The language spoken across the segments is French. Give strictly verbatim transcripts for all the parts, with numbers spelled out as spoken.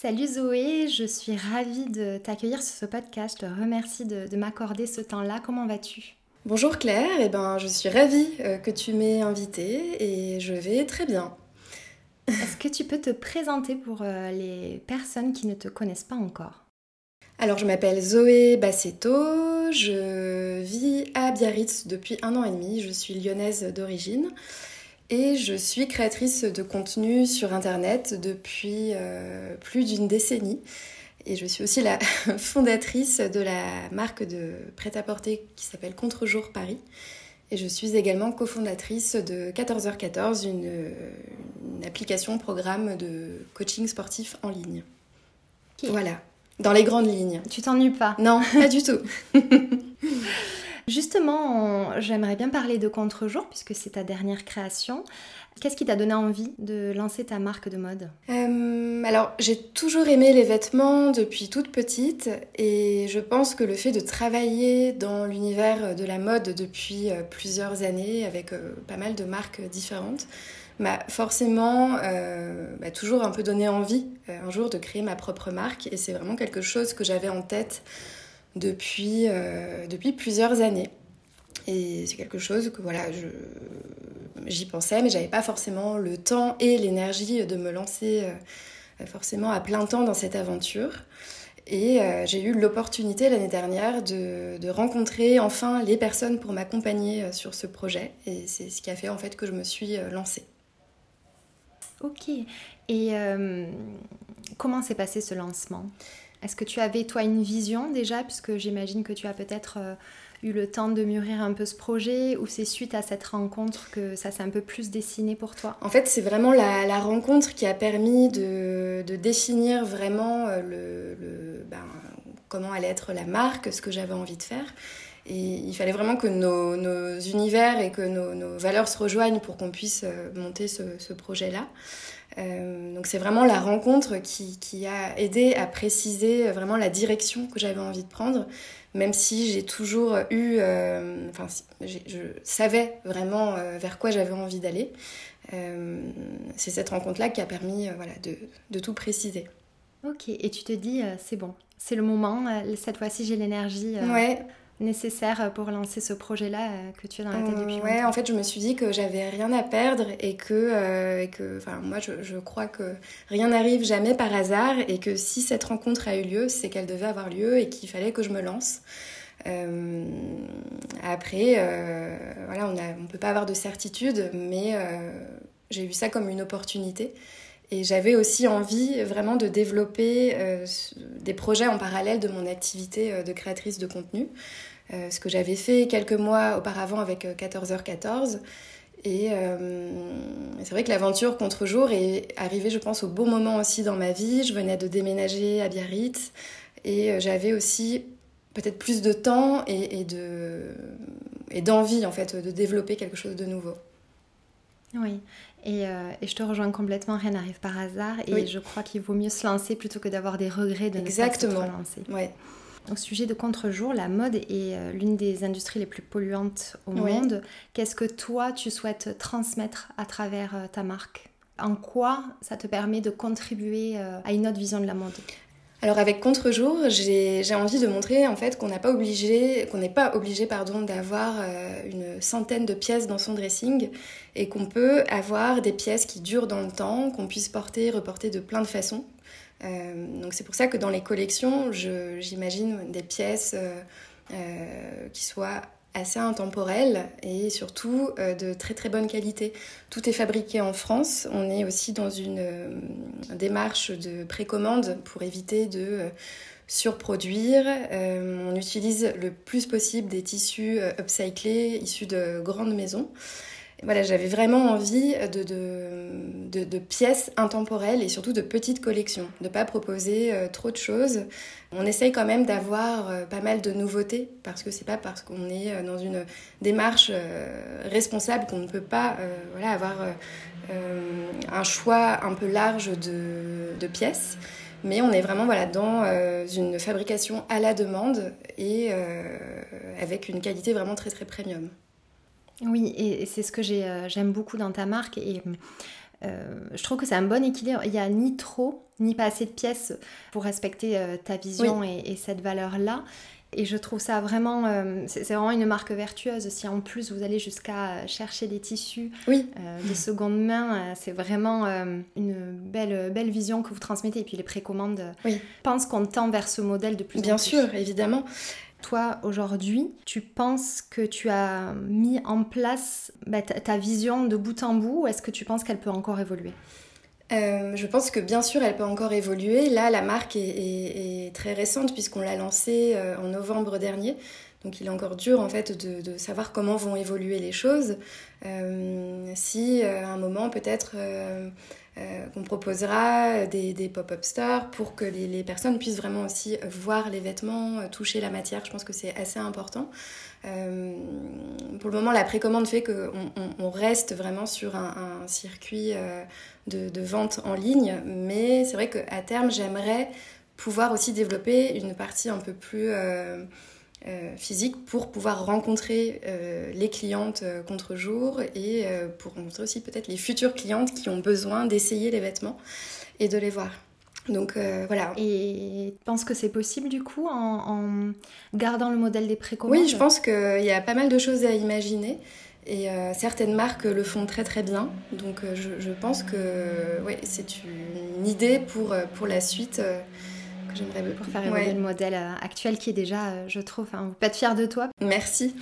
Salut Zoé, je suis ravie de t'accueillir sur ce podcast. Je te remercie de, de m'accorder ce temps-là. Comment vas-tu ? Bonjour Claire, eh ben, je suis ravie euh, que tu m'aies invitée et je vais très bien. Est-ce que tu peux te présenter pour euh, les personnes qui ne te connaissent pas encore ? Alors je m'appelle Zoé Bassetto, je vis à Biarritz depuis un an et demi, je suis lyonnaise d'origine et je suis créatrice de contenu sur internet depuis euh, plus d'une décennie. Et je suis aussi la fondatrice de la marque de prêt-à-porter qui s'appelle Contre-jour Paris. Et je suis également cofondatrice de quatorze heures quatorze, une, une application, programme de coaching sportif en ligne. Okay. Voilà, dans les grandes lignes. Tu t'ennuies pas ? Non, pas du tout. Justement, on... j'aimerais bien parler de Contre-jour puisque c'est ta dernière création. Qu'est-ce qui t'a donné envie de lancer ta marque de mode ? euh, Alors, j'ai toujours aimé les vêtements depuis toute petite et je pense que le fait de travailler dans l'univers de la mode depuis plusieurs années avec euh, pas mal de marques différentes m'a forcément euh, bah, toujours un peu donné envie euh, un jour de créer ma propre marque et c'est vraiment quelque chose que j'avais en tête depuis, euh, depuis plusieurs années. Et c'est quelque chose que voilà, je, j'y pensais, mais j'avais pas forcément le temps et l'énergie de me lancer euh, forcément à plein temps dans cette aventure. Et euh, j'ai eu l'opportunité l'année dernière de, de rencontrer enfin les personnes pour m'accompagner sur ce projet. Et c'est ce qui a fait en fait que je me suis lancée. Ok. Et euh, comment s'est passé ce lancement ? Est-ce que tu avais toi une vision déjà, puisque j'imagine que tu as peut-être euh, eu le temps de mûrir un peu ce projet, ou c'est suite à cette rencontre que ça s'est un peu plus dessiné pour toi ? En fait, c'est vraiment la, la rencontre qui a permis de, de définir vraiment le, le, ben, comment allait être la marque, ce que j'avais envie de faire. Et il fallait vraiment que nos, nos univers et que nos, nos valeurs se rejoignent pour qu'on puisse monter ce, ce projet-là. Euh, donc c'est vraiment la rencontre qui, qui a aidé à préciser vraiment la direction que j'avais envie de prendre, même si j'ai toujours eu, euh, enfin j'ai, je savais vraiment euh, vers quoi j'avais envie d'aller. Euh, c'est cette rencontre-là qui a permis euh, voilà, de, de tout préciser. Ok, et tu te dis euh, c'est bon, c'est le moment, euh, cette fois-ci j'ai l'énergie. Euh... Ouais. nécessaire pour lancer ce projet-là euh, que tu as dans la tête depuis longtemps. Ouais, en fait, je me suis dit que j'avais rien à perdre et que, euh, et que enfin, moi, je, je crois que rien n'arrive jamais par hasard et que si cette rencontre a eu lieu, c'est qu'elle devait avoir lieu et qu'il fallait que je me lance. Euh, après, euh, voilà, on a, on peut pas avoir de certitude, mais euh, j'ai vu ça comme une opportunité. Et j'avais aussi envie vraiment de développer euh, des projets en parallèle de mon activité de créatrice de contenu. Euh, ce que j'avais fait quelques mois auparavant avec quatorze heures quatorze. Et euh, c'est vrai que l'aventure Contre-jour est arrivée, je pense, au bon moment aussi dans ma vie. Je venais de déménager à Biarritz et j'avais aussi peut-être plus de temps et, et, de, et d'envie en fait, de développer quelque chose de nouveau. Oui, et, euh, et je te rejoins complètement, rien n'arrive par hasard. Et oui. Je crois qu'il vaut mieux se lancer plutôt que d'avoir des regrets de Exactement. ne pas se lancer. Ouais. Au sujet de Contre-jour, la mode est euh, l'une des industries les plus polluantes au oui. monde. Qu'est-ce que toi, tu souhaites transmettre à travers euh, ta marque ? En quoi ça te permet de contribuer euh, à une autre vision de la mode ? Alors avec Contre-jour, j'ai, j'ai envie de montrer en fait qu'on n'a pas obligé, qu'on n'est pas obligé pardon, d'avoir euh, une centaine de pièces dans son dressing et qu'on peut avoir des pièces qui durent dans le temps, qu'on puisse porter, reporter de plein de façons. Euh, donc c'est pour ça que dans les collections, je, j'imagine des pièces euh, euh, qui soient assez intemporelles et surtout euh, de très très bonne qualité. Tout est fabriqué en France. On est aussi dans une euh, démarche de précommande pour éviter de euh, surproduire. Euh, on utilise le plus possible des tissus euh, upcyclés issus de grandes maisons. Voilà, j'avais vraiment envie de, de, de, de pièces intemporelles et surtout de petites collections, de ne pas proposer euh, trop de choses. On essaye quand même d'avoir euh, pas mal de nouveautés parce que c'est pas parce qu'on est euh, dans une démarche euh, responsable qu'on ne peut pas euh, voilà, avoir euh, un choix un peu large de, de pièces. Mais on est vraiment voilà, dans euh, une fabrication à la demande et euh, avec une qualité vraiment très très premium. Oui, et c'est ce que j'ai, euh, j'aime beaucoup dans ta marque. Et Euh, je trouve que c'est un bon équilibre. Il n'y a ni trop, ni pas assez de pièces pour respecter euh, ta vision oui. et, et cette valeur-là. Et je trouve ça vraiment, euh, c'est, c'est vraiment une marque vertueuse. Si en plus vous allez jusqu'à chercher des tissus oui. euh, de seconde main, euh, c'est vraiment euh, une belle, belle vision que vous transmettez. Et puis les précommandes, euh, oui. je pense qu'on tend vers ce modèle de plus Bien en plus. Bien sûr, évidemment. Toi, aujourd'hui, tu penses que tu as mis en place bah, ta, ta vision de bout en bout, ou est-ce que tu penses qu'elle peut encore évoluer ? Euh, je pense que bien sûr elle peut encore évoluer. Là la marque est, est, est très récente puisqu'on l'a lancée euh, en novembre dernier. Donc il est encore dur en fait de, de savoir comment vont évoluer les choses. Euh, si euh, à un moment peut-être euh, euh, qu'on proposera des, des pop-up stores pour que les, les personnes puissent vraiment aussi voir les vêtements, toucher la matière. Je pense que c'est assez important. Euh, pour le moment, la précommande fait qu'on on, on reste vraiment sur un, un circuit euh, de, de vente en ligne, mais c'est vrai qu'à terme, j'aimerais pouvoir aussi développer une partie un peu plus euh, euh, physique pour pouvoir rencontrer euh, les clientes euh, contre-jour et euh, pour rencontrer aussi peut-être les futures clientes qui ont besoin d'essayer les vêtements et de les voir. Donc euh, voilà. Et tu penses que c'est possible du coup en, en gardant le modèle des précommandes ? Oui, je pense qu'il y a pas mal de choses à imaginer et euh, certaines marques le font très très bien. Donc euh, je, je pense que ouais, c'est une idée pour, pour la suite euh, que j'aimerais pour faire évoluer ouais. le modèle actuel qui est déjà, je trouve, hein, vous êtes fiers de toi. Merci.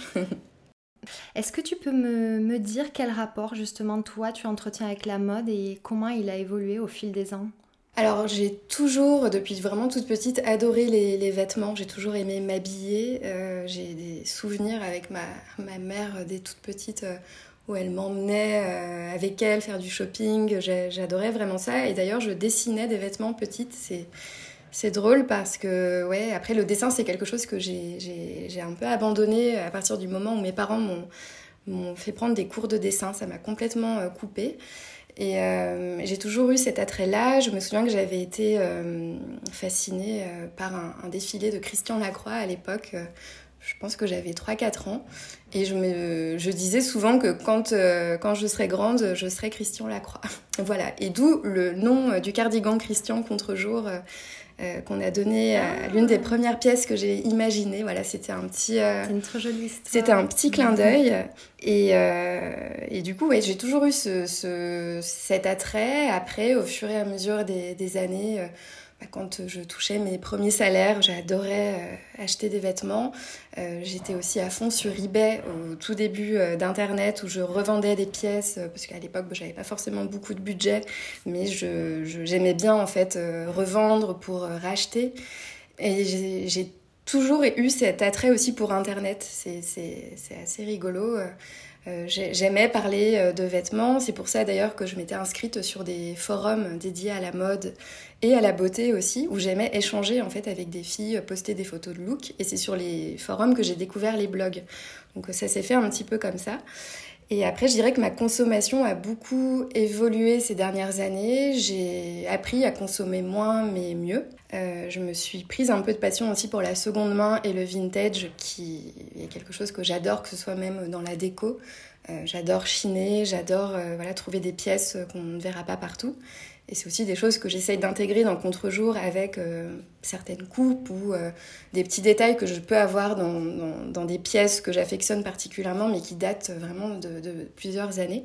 Est-ce que tu peux me, me dire quel rapport justement toi tu entretiens avec la mode et comment il a évolué au fil des ans ? Alors j'ai toujours, depuis vraiment toute petite, adoré les, les vêtements. J'ai toujours aimé m'habiller. Euh, j'ai des souvenirs avec ma, ma mère dès toute petite euh, où elle m'emmenait euh, avec elle faire du shopping. J'ai, j'adorais vraiment ça. Et d'ailleurs, je dessinais des vêtements petites. C'est, c'est drôle parce que, ouais, après le dessin, c'est quelque chose que j'ai, j'ai, j'ai un peu abandonné à partir du moment où mes parents m'ont, m'ont fait prendre des cours de dessin. Ça m'a complètement euh, coupée. Et euh, j'ai toujours eu cet attrait-là. Je me souviens que j'avais été euh, fascinée euh, par un, un défilé de Christian Lacroix à l'époque. Euh, je pense que j'avais trois quatre ans. Et je, me, je disais souvent que quand, euh, quand je serais grande, je serais Christian Lacroix. Voilà. Et d'où le nom du cardigan Christian Contre-jour euh, euh, qu'on a donné à l'une des premières pièces que j'ai imaginées. Voilà, c'était un petit... Euh, c'est une trop jolie histoire. C'était un petit clin d'œil. Et, euh, et du coup, ouais, j'ai toujours eu ce, ce, cet attrait. Après, au fur et à mesure des, des années, euh, bah, quand je touchais mes premiers salaires, j'adorais euh, acheter des vêtements. Euh, j'étais aussi à fond sur eBay au tout début euh, d'Internet où je revendais des pièces euh, parce qu'à l'époque, bah, j'avais pas forcément beaucoup de budget, mais je, je, j'aimais bien en fait euh, revendre pour euh, racheter. Et j'ai, j'ai toujours eu cet attrait aussi pour Internet. C'est, c'est, c'est assez rigolo. Euh, j'aimais parler de vêtements. C'est pour ça d'ailleurs que je m'étais inscrite sur des forums dédiés à la mode et à la beauté aussi, où j'aimais échanger en fait avec des filles, poster des photos de look. Et c'est sur les forums que j'ai découvert les blogs. Donc ça s'est fait un petit peu comme ça. Et après, je dirais que ma consommation a beaucoup évolué ces dernières années. J'ai appris à consommer moins, mais mieux. Euh, je me suis prise un peu de passion aussi pour la seconde main et le vintage, qui est quelque chose que j'adore, que ce soit même dans la déco. Euh, j'adore chiner, j'adore euh, voilà, trouver des pièces qu'on ne verra pas partout. Et c'est aussi des choses que j'essaye d'intégrer dans le contre-jour avec euh, certaines coupes ou euh, des petits détails que je peux avoir dans, dans, dans des pièces que j'affectionne particulièrement, mais qui datent vraiment de, de plusieurs années.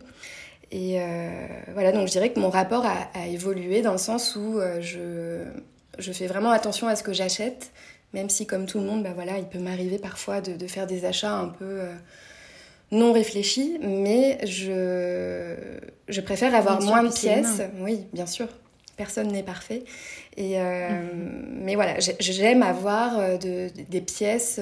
Et euh, voilà, donc je dirais que mon rapport a, a évolué dans le sens où euh, je, je fais vraiment attention à ce que j'achète, même si comme tout le monde, bah voilà, il peut m'arriver parfois de, de faire des achats un peu... Euh, non réfléchi, mais je, je préfère avoir moins de pièces. Oui, bien sûr, personne n'est parfait. Et euh, mm-hmm. Mais voilà, j'aime avoir de, des pièces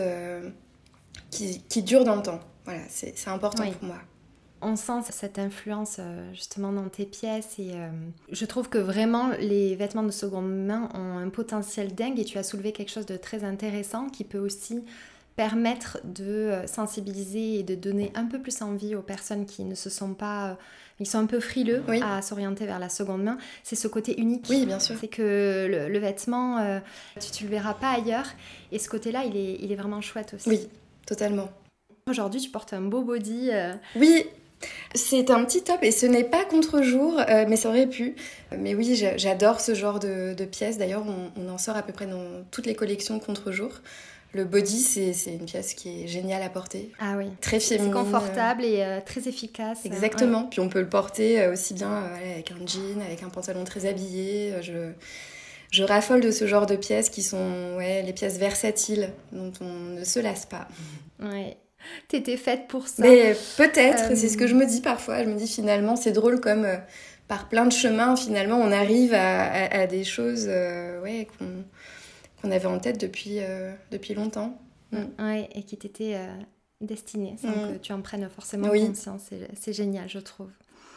qui, qui durent dans le temps. Voilà, c'est important oui. pour moi. On sent cette influence justement dans tes pièces et euh, je trouve que vraiment les vêtements de seconde main ont un potentiel dingue et tu as soulevé quelque chose de très intéressant qui peut aussi permettre de sensibiliser et de donner un peu plus envie aux personnes qui ne se sont pas... Ils sont un peu frileux oui. à s'orienter vers la seconde main. C'est ce côté unique. Oui, bien sûr. C'est que le, le vêtement, euh, tu ne le verras pas ailleurs. Et ce côté-là, il est, il est vraiment chouette aussi. Oui, totalement. Aujourd'hui, tu portes un beau body. Euh... Oui, C'est un petit top et ce n'est pas contre-jour, euh, mais ça aurait pu. Mais oui, j'adore ce genre de, de pièces. D'ailleurs, on, on en sort à peu près dans toutes les collections contre-jour. Le body, c'est, c'est une pièce qui est géniale à porter. Ah oui. Très féminine. C'est confortable et euh, très efficace. Exactement. Ouais. Puis on peut le porter aussi bien euh, avec un jean, avec un pantalon très habillé. Je, je raffole de ce genre de pièces qui sont ouais, les pièces versatiles dont on ne se lasse pas. Ouais. T'étais faite pour ça. Mais peut-être, euh... c'est ce que je Euh, me dis parfois. Je me dis finalement, c'est drôle comme euh, par plein de chemins, finalement, on arrive à, à, à des choses euh, ouais, qu'on... qu'on avait en tête depuis, euh, depuis longtemps. Mm. Ouais, et qui t'était euh, destinée, sans mm. que tu en prennes forcément oui. conscience. C'est, c'est génial, je trouve.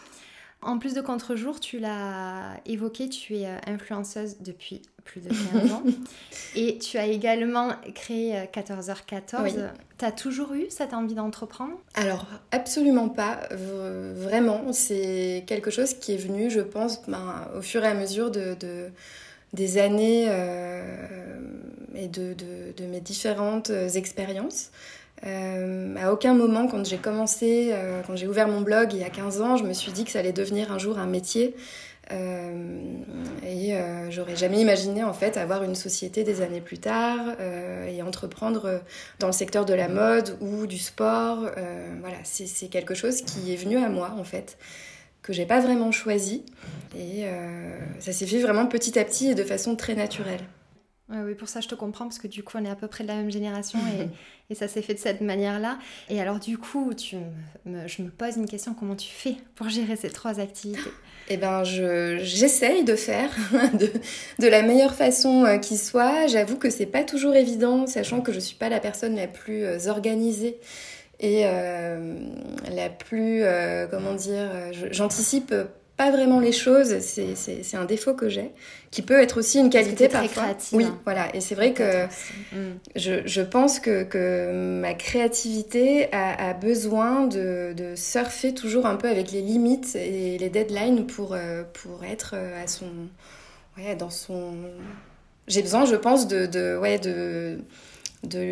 En plus de contre-jour, tu l'as évoqué, tu es influenceuse depuis plus de quinze ans. Et tu as également créé quatorze heures quatorze. Oui. Tu as toujours eu cette envie d'entreprendre ? Alors, absolument pas. Vraiment, c'est quelque chose qui est venu, je pense, ben, au fur et à mesure de... de... des années euh, et de, de, de mes différentes expériences. Euh, à aucun moment, quand j'ai commencé, euh, quand j'ai ouvert mon blog il y a quinze ans, je me suis dit que ça allait devenir un jour un métier. Euh, et euh, j'aurais jamais imaginé en fait avoir une société des années plus tard euh, et entreprendre dans le secteur de la mode ou du sport. Euh, voilà, c'est, c'est quelque chose qui est venu à moi en fait, que j'ai pas vraiment choisi et euh, ça s'est fait vraiment petit à petit et de façon très naturelle. Ouais, oui, pour ça je te comprends parce que du coup on est à peu près de la même génération et, et ça s'est fait de cette manière-là. Et alors du coup, tu me, je me pose une question, comment tu fais pour gérer ces trois activités ? Eh ben, je, j'essaye de faire de, de la meilleure façon qui soit. J'avoue que c'est pas toujours évident, sachant que je suis pas la personne la plus organisée et euh, la plus, euh, comment dire, j'anticipe pas vraiment les choses, c'est, c'est, c'est un défaut que j'ai, qui peut être aussi une qualité parfois. Très créative. Oui, voilà, et c'est vrai que mm. je, je pense que, que ma créativité a, a besoin de, de surfer toujours un peu avec les limites et les deadlines pour, pour être à son, ouais, dans son... J'ai besoin, je pense, de, de, ouais, de, de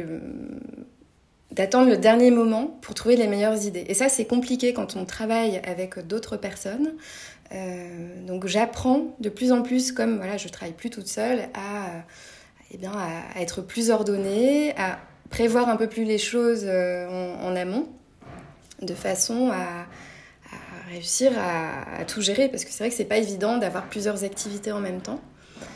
d'attendre le dernier moment pour trouver les meilleures idées. Et ça, c'est compliqué quand on travaille avec d'autres personnes. Euh, donc j'apprends de plus en plus, comme voilà, je travaille plus toute seule, à, eh bien, à, à être plus ordonnée, à prévoir un peu plus les choses en, en amont, de façon à, à réussir à, à tout gérer, parce que c'est vrai que c'est pas évident d'avoir plusieurs activités en même temps.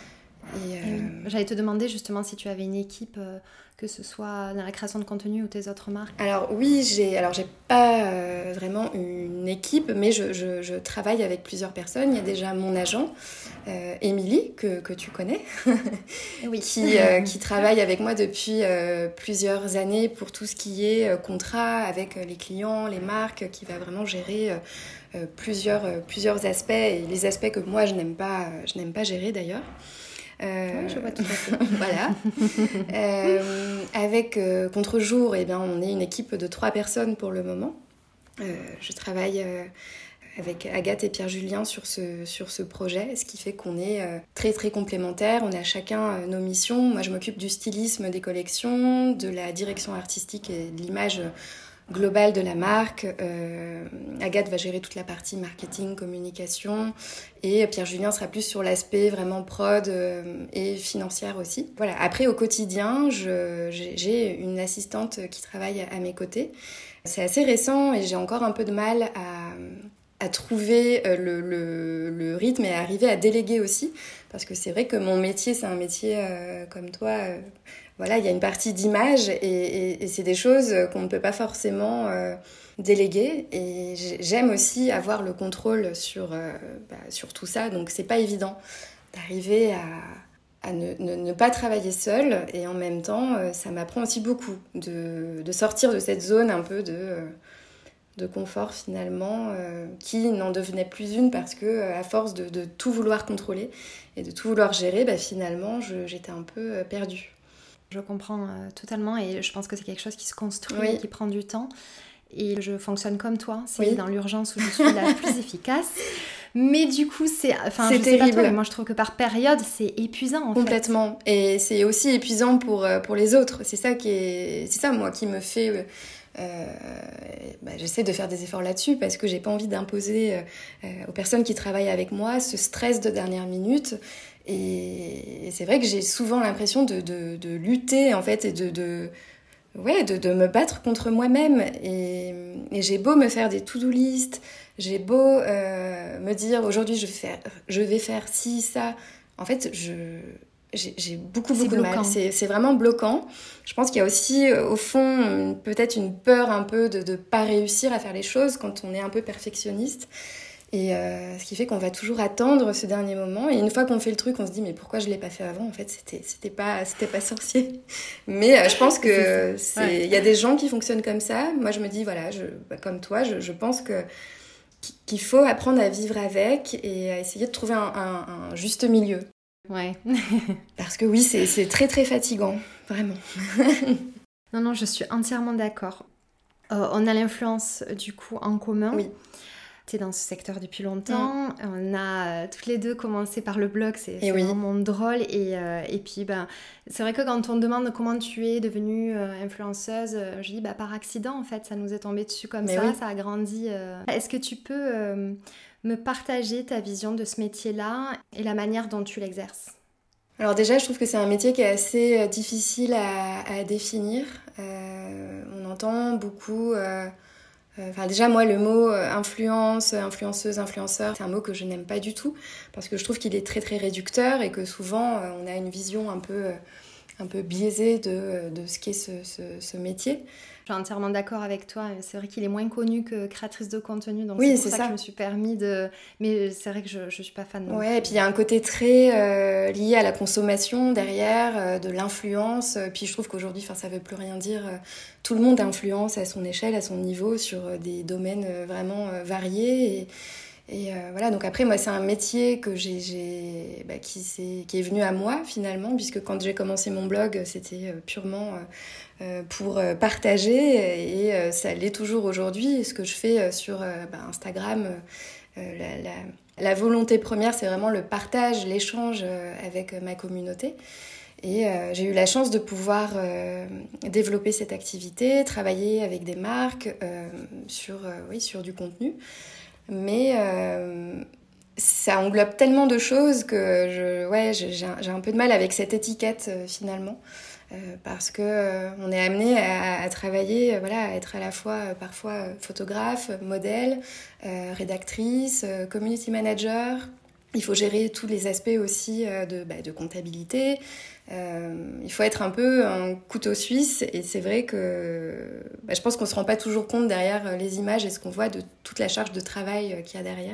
Et euh... oui. J'allais te demander justement si tu avais une équipe, euh, que ce soit dans la création de contenu ou tes autres marques. Alors oui, j'ai, alors j'ai pas euh, vraiment une équipe, mais je, je, je travaille avec plusieurs personnes. Il y a déjà mon agent, euh, Émilie, que, que tu connais, oui. qui, euh, qui travaille avec moi depuis euh, plusieurs années pour tout ce qui est euh, contrat avec les clients, les marques, qui va vraiment gérer euh, plusieurs, euh, plusieurs aspects, et les aspects que moi je n'aime pas, je n'aime pas gérer d'ailleurs. Euh, oui, je vois tout à fait. Voilà. euh, avec euh, Contre-jour, eh bien, on est une équipe de trois personnes pour le moment. Euh, je travaille euh, avec Agathe et Pierre-Julien sur ce, sur ce projet, ce qui fait qu'on est euh, très très complémentaires. On a chacun euh, nos missions. Moi, je m'occupe du stylisme des collections, de la direction artistique et de l'image globale de la marque. Euh, Agathe va gérer toute la partie marketing, communication, et Pierre-Julien sera plus sur l'aspect vraiment prod euh, et financière aussi. Voilà. Après, au quotidien, je, j'ai, j'ai une assistante qui travaille à mes côtés. C'est assez récent et j'ai encore un peu de mal à, à trouver le, le, le rythme et à arriver à déléguer aussi, parce que c'est vrai que mon métier, c'est un métier euh, comme toi... Euh, Voilà, il y a une partie d'image et, et, et c'est des choses qu'on ne peut pas forcément euh, déléguer. Et j'aime aussi avoir le contrôle sur, euh, bah, sur tout ça. Donc, c'est pas évident d'arriver à, à ne, ne, ne pas travailler seule. Et en même temps, euh, ça m'apprend aussi beaucoup de, de sortir de cette zone un peu de, euh, de confort finalement, euh, qui n'en devenait plus une parce que à force de, de tout vouloir contrôler et de tout vouloir gérer, bah, finalement, je, j'étais un peu euh, perdue. Je comprends euh, totalement et je pense que c'est quelque chose qui se construit, oui. et qui prend du temps. Et je fonctionne comme toi, c'est oui. dans l'urgence où je suis la plus efficace. Mais du coup, c'est, enfin, c'est je terrible. sais pas toi, mais moi je trouve que par période, c'est épuisant en Complètement. fait. Et c'est aussi épuisant pour, pour les autres. C'est ça, qui est, c'est ça, moi, qui me fait euh, bah, j'essaie de faire des efforts là-dessus parce que j'ai pas envie d'imposer euh, aux personnes qui travaillent avec moi ce stress de dernière minute. Et, et c'est vrai que j'ai souvent l'impression de, de, de lutter en fait et de, de, ouais, de, de me battre contre moi-même. Et, et j'ai beau me faire des to-do list, j'ai beau euh, me dire aujourd'hui je vais faire, je vais faire ci, ça. En fait, je... J'ai, j'ai beaucoup, beaucoup de mal. C'est, c'est vraiment bloquant. Je pense qu'il y a aussi, au fond, peut-être une peur un peu de ne pas réussir à faire les choses quand on est un peu perfectionniste. Et euh, ce qui fait qu'on va toujours attendre ce dernier moment. Et une fois qu'on fait le truc, on se dit, mais pourquoi je ne l'ai pas fait avant ? En fait, c'était, c'était, pas, c'était pas sorcier. Mais euh, je pense que c'est, ouais. Y a des gens qui fonctionnent comme ça. Moi, je me dis, voilà, je, bah, comme toi, je, je pense que qu'il faut apprendre à vivre avec et à essayer de trouver un, un, un juste milieu. Ouais. Parce que oui, c'est, c'est très très fatigant, vraiment. Non, non, je suis entièrement d'accord. Euh, on a l'influence du coup en commun. Oui. Tu es dans ce secteur depuis longtemps. Mmh. On a euh, toutes les deux commencé par le blog, c'est, c'est oui. vraiment drôle. Et, euh, et puis, ben, c'est vrai que quand on me demande comment tu es devenue euh, influenceuse, euh, je dis bah, par accident en fait, ça nous est tombé dessus comme Mais ça, oui. ça a grandi. Euh... Est-ce que tu peux euh, me partager ta vision de ce métier-là et la manière dont tu l'exerces ? Alors déjà, je trouve que c'est un métier qui est assez difficile à, à définir. Euh, on entend beaucoup... Euh, Enfin, déjà, moi, le mot influence, influenceuse, influenceur, c'est un mot que je n'aime pas du tout parce que je trouve qu'il est très, très réducteur et que souvent, on a une vision un peu, un peu biaisée de, de ce qu'est ce, ce, ce métier. Je suis entièrement d'accord avec toi. C'est vrai qu'il est moins connu que créatrice de contenu, donc oui, c'est pour c'est ça, ça que je me suis permis de... Mais c'est vrai que je ne suis pas fan. Ouais, et puis il y a un côté très euh, lié à la consommation derrière, euh, de l'influence. Puis je trouve qu'aujourd'hui, ça ne veut plus rien dire. Tout le monde influence à son échelle, à son niveau, sur des domaines vraiment euh, variés. Et, et euh, voilà, donc après, moi, c'est un métier que j'ai, j'ai, bah, qui, s'est, qui est venu à moi, finalement, puisque quand j'ai commencé mon blog, c'était purement... Euh, Euh, pour euh, partager et euh, ça l'est toujours aujourd'hui. Ce que je fais euh, sur euh, bah, Instagram, euh, la, la, la volonté première, c'est vraiment le partage, l'échange euh, avec ma communauté. Et euh, j'ai eu la chance de pouvoir euh, développer cette activité, travailler avec des marques euh, sur, euh, oui, sur du contenu. Mais euh, ça englobe tellement de choses que je, ouais, j'ai, j'ai un peu de mal avec cette étiquette euh, finalement. Euh, parce que euh, on est amené à, à travailler, euh, voilà, à être à la fois euh, parfois euh, photographe, modèle, euh, rédactrice, euh, community manager. Il faut gérer tous les aspects aussi euh, de, bah, de comptabilité. Euh, il faut être un peu un couteau suisse et c'est vrai que bah, je pense qu'on se rend pas toujours compte derrière les images et ce qu'on voit de toute la charge de travail euh, qu'il y a derrière.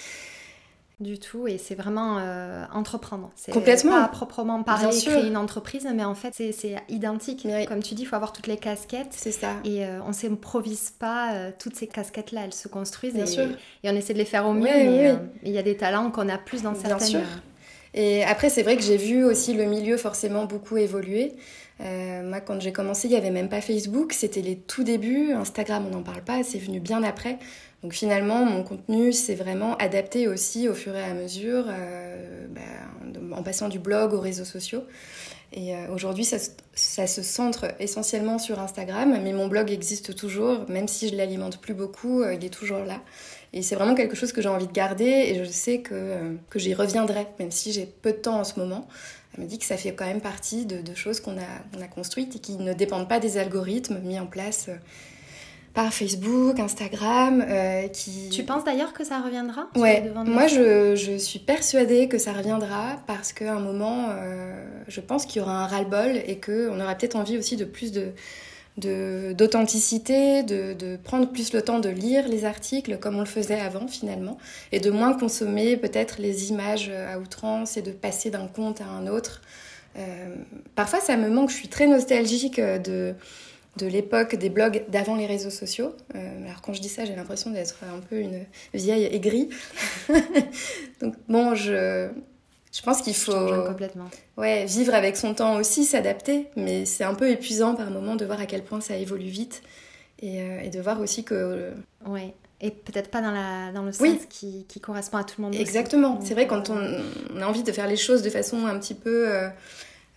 Du tout, et c'est vraiment euh, entreprendre. C'est Complètement. Pas proprement parler, créer une entreprise, mais en fait, c'est, c'est identique. Oui. Comme tu dis, il faut avoir toutes les casquettes. C'est ça. Et euh, on ne s'improvise pas euh, toutes ces casquettes-là, elles se construisent. Bien et, sûr. Et on essaie de les faire au mieux, oui, mais il oui. euh, y a des talents qu'on a plus dans certaines... Bien sûr. Et après, c'est vrai que j'ai vu aussi le milieu forcément beaucoup évoluer. Euh, moi, quand j'ai commencé, il n'y avait même pas Facebook. C'était les tout débuts. Instagram, on n'en parle pas. C'est venu bien après. Donc finalement, mon contenu s'est vraiment adapté aussi au fur et à mesure, euh, bah, en passant du blog aux réseaux sociaux. Et euh, aujourd'hui, ça, ça se centre essentiellement sur Instagram, mais mon blog existe toujours, même si je ne l'alimente plus beaucoup, euh, il est toujours là. Et c'est vraiment quelque chose que j'ai envie de garder et je sais que, euh, que j'y reviendrai, même si j'ai peu de temps en ce moment. Elle me dit que ça fait quand même partie de, de choses qu'on a, qu'on a construites et qui ne dépendent pas des algorithmes mis en place euh, par Facebook, Instagram. Euh, qui... Tu penses d'ailleurs que ça reviendra ? Ouais, moi je, je suis persuadée que ça reviendra parce qu'à un moment, euh, je pense qu'il y aura un ras-le-bol et qu'on aura peut-être envie aussi de plus de, de, d'authenticité, de, de prendre plus le temps de lire les articles comme on le faisait avant finalement et de moins consommer peut-être les images à outrance et de passer d'un compte à un autre. Euh, parfois ça me manque, je suis très nostalgique de... de l'époque des blogs d'avant les réseaux sociaux. Euh, alors quand je dis ça, j'ai l'impression d'être un peu une vieille aigrie. Donc bon, je, je pense qu'il faut complètement. Ouais, vivre avec son temps aussi, s'adapter, mais c'est un peu épuisant par moments de voir à quel point ça évolue vite et, euh, et de voir aussi que... Euh... Ouais. Et peut-être pas dans, la, dans le sens oui. qui, qui correspond à tout le monde. Exactement. Aussi. C'est vrai, quand on, on a envie de faire les choses de façon un petit peu... Euh, Euh,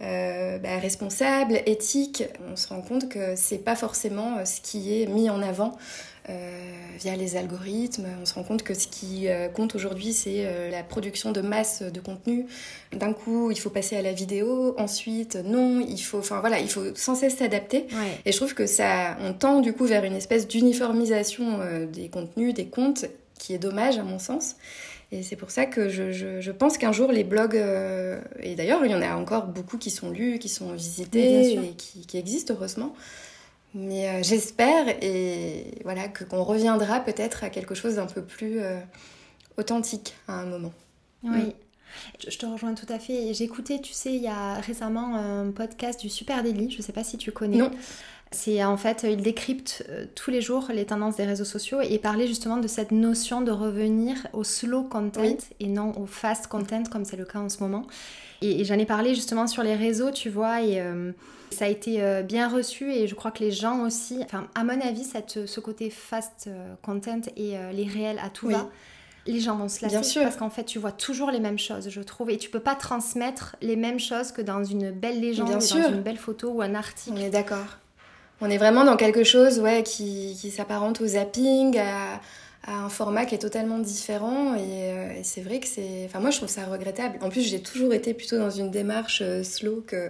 euh, bah, responsable, éthique. On se rend compte que c'est pas forcément ce qui est mis en avant euh, via les algorithmes. On se rend compte que ce qui euh, compte aujourd'hui, c'est euh, la production de masse de contenu. D'un coup, il faut passer à la vidéo. Ensuite, non, il faut, enfin voilà, il faut sans cesse s'adapter. Ouais. Et je trouve que ça, on tend du coup vers une espèce d'uniformisation euh, des contenus, des comptes, qui est dommage à mon sens. Et c'est pour ça que je, je, je pense qu'un jour les blogs, euh, et d'ailleurs il y en a encore beaucoup qui sont lus, qui sont visités et qui, qui existent heureusement. Mais euh, j'espère et voilà que, qu'on reviendra peut-être à quelque chose d'un peu plus euh, authentique à un moment. Oui. Mm. Je te rejoins tout à fait. J'ai écouté, tu sais, il y a récemment un podcast du Super Daily, je ne sais pas si tu connais. Non. C'est en fait, il décrypte euh, tous les jours les tendances des réseaux sociaux et parlait justement de cette notion de revenir au slow content oui. et non au fast content comme c'est le cas en ce moment. Et, et j'en ai parlé justement sur les réseaux, tu vois, et euh, ça a été euh, bien reçu et je crois que les gens aussi, enfin à mon avis, cette, ce côté fast euh, content et euh, les réels à tout oui. va, les gens vont se lasser parce qu'en fait tu vois toujours les mêmes choses, je trouve, et tu peux pas transmettre les mêmes choses que dans une belle légende, dans une belle photo ou un article. On est d'accord. On est vraiment dans quelque chose ouais, qui, qui s'apparente au zapping, à, à un format qui est totalement différent. Et, euh, et c'est vrai que c'est... Enfin, moi, je trouve ça regrettable. En plus, j'ai toujours été plutôt dans une démarche euh, slow que,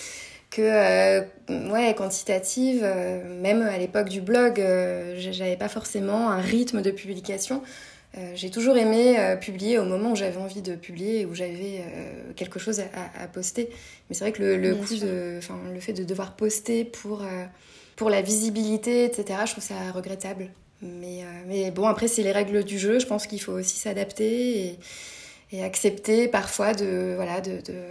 que euh, ouais, quantitative. Euh, même à l'époque du blog, euh, j'avais pas forcément un rythme de publication. Euh, j'ai toujours aimé euh, publier au moment où j'avais envie de publier, où j'avais euh, quelque chose à, à, à poster. Mais c'est vrai que le, le, coup de, enfin, le fait de devoir poster pour... Euh, pour la visibilité, et cetera, je trouve ça regrettable. Mais, euh, mais bon, après, c'est les règles du jeu. Je pense qu'il faut aussi s'adapter et, et accepter parfois de, voilà, de, de,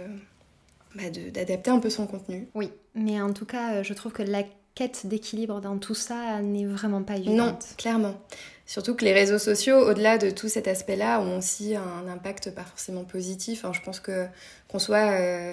bah de, d'adapter un peu son contenu. Oui, mais en tout cas, je trouve que la quête d'équilibre dans tout ça n'est vraiment pas évidente. Non, clairement. Surtout que les réseaux sociaux, au-delà de tout cet aspect-là, ont aussi un impact pas forcément positif. Enfin, je pense que qu'on soit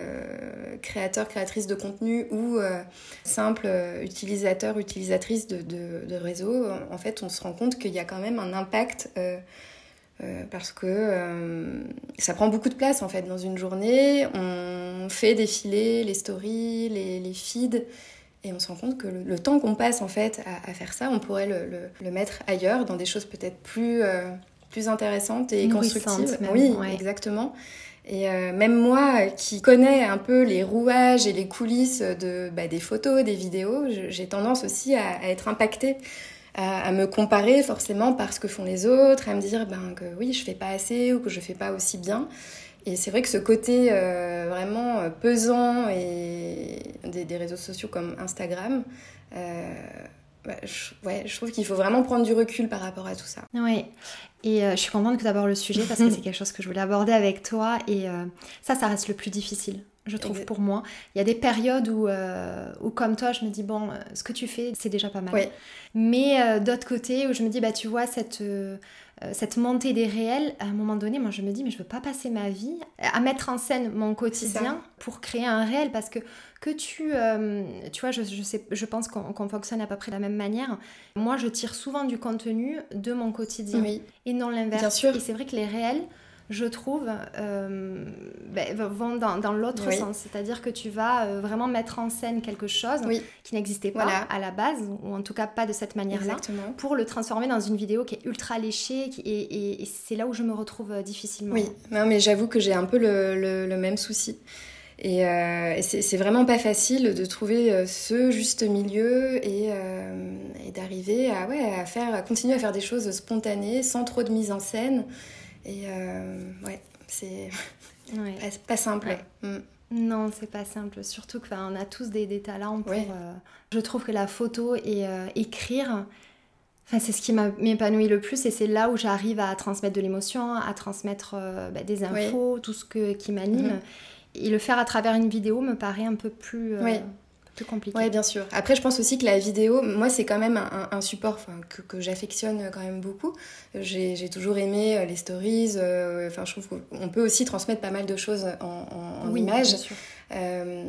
euh, créateur, créatrice de contenu ou euh, simple euh, utilisateur, utilisatrice de, de, de réseaux, en fait, on se rend compte qu'il y a quand même un impact euh, euh, parce que euh, ça prend beaucoup de place en fait dans une journée. On fait défiler les stories, les, les feeds. Et on se rend compte que le, le temps qu'on passe en fait à, à faire ça, on pourrait le, le, le mettre ailleurs, dans des choses peut-être plus, euh, plus intéressantes et constructives. Même, oui, ouais. exactement. Et euh, même moi, qui connais un peu les rouages et les coulisses de, bah, des photos, des vidéos, j'ai tendance aussi à, à être impactée, à, à me comparer forcément par ce que font les autres, à me dire ben, que oui, je fais pas assez ou que je fais pas aussi bien. Et c'est vrai que ce côté euh, vraiment euh, pesant et des, des réseaux sociaux comme Instagram, euh, bah, je, ouais, je trouve qu'il faut vraiment prendre du recul par rapport à tout ça. Oui, et euh, je suis contente que tu abordes le sujet parce que c'est quelque chose que je voulais aborder avec toi. Et euh, ça, ça reste le plus difficile, je trouve, exact. Pour moi. Il y a des périodes où, euh, où comme toi, je me dis, bon, ce que tu fais, c'est déjà pas mal. Oui. Mais euh, d'autre côté, où je me dis, bah tu vois, cette... Euh, cette montée des réels, à un moment donné, moi je me dis mais je veux pas passer ma vie à mettre en scène mon quotidien pour créer un réel, parce que que tu euh, tu vois, je, je, sais, je pense qu'on, qu'on fonctionne à peu près de la même manière. Moi je tire souvent du contenu de mon quotidien oui. et non l'inverse. Bien sûr. Et c'est vrai que les réels, je trouve, euh, ben, vont dans, dans l'autre oui. sens. C'est-à-dire que tu vas euh, vraiment mettre en scène quelque chose oui. qui n'existait pas voilà. à la base, ou en tout cas pas de cette manière-là, exactement. Pour le transformer dans une vidéo qui est ultra léchée, qui, et, et, et c'est là où je me retrouve euh, difficilement. Oui, non, mais j'avoue que j'ai un peu le, le, le même souci. Et, euh, et c'est, c'est vraiment pas facile de trouver ce juste milieu et, euh, et d'arriver à, ouais, à, faire, à continuer à faire des choses spontanées, sans trop de mise en scène. Et euh, ouais, c'est ouais. pas, pas simple. Ouais. Mm. Non, c'est pas simple. Surtout qu'on a tous des, des talents pour... Ouais. Euh, je trouve que la photo et euh, écrire, c'est ce qui m'épanouit le plus et c'est là où j'arrive à transmettre de l'émotion, à transmettre euh, bah, des infos, ouais. tout ce que, qui m'anime. Mm-hmm. Et le faire à travers une vidéo me paraît un peu plus... Euh, ouais. compliqué. Oui, bien sûr. Après, je pense aussi que la vidéo, moi, c'est quand même un, un support que, que j'affectionne quand même beaucoup. J'ai, j'ai toujours aimé les stories. Euh, je trouve qu'on peut aussi transmettre pas mal de choses en, en, en oui, images. Bien sûr. Euh,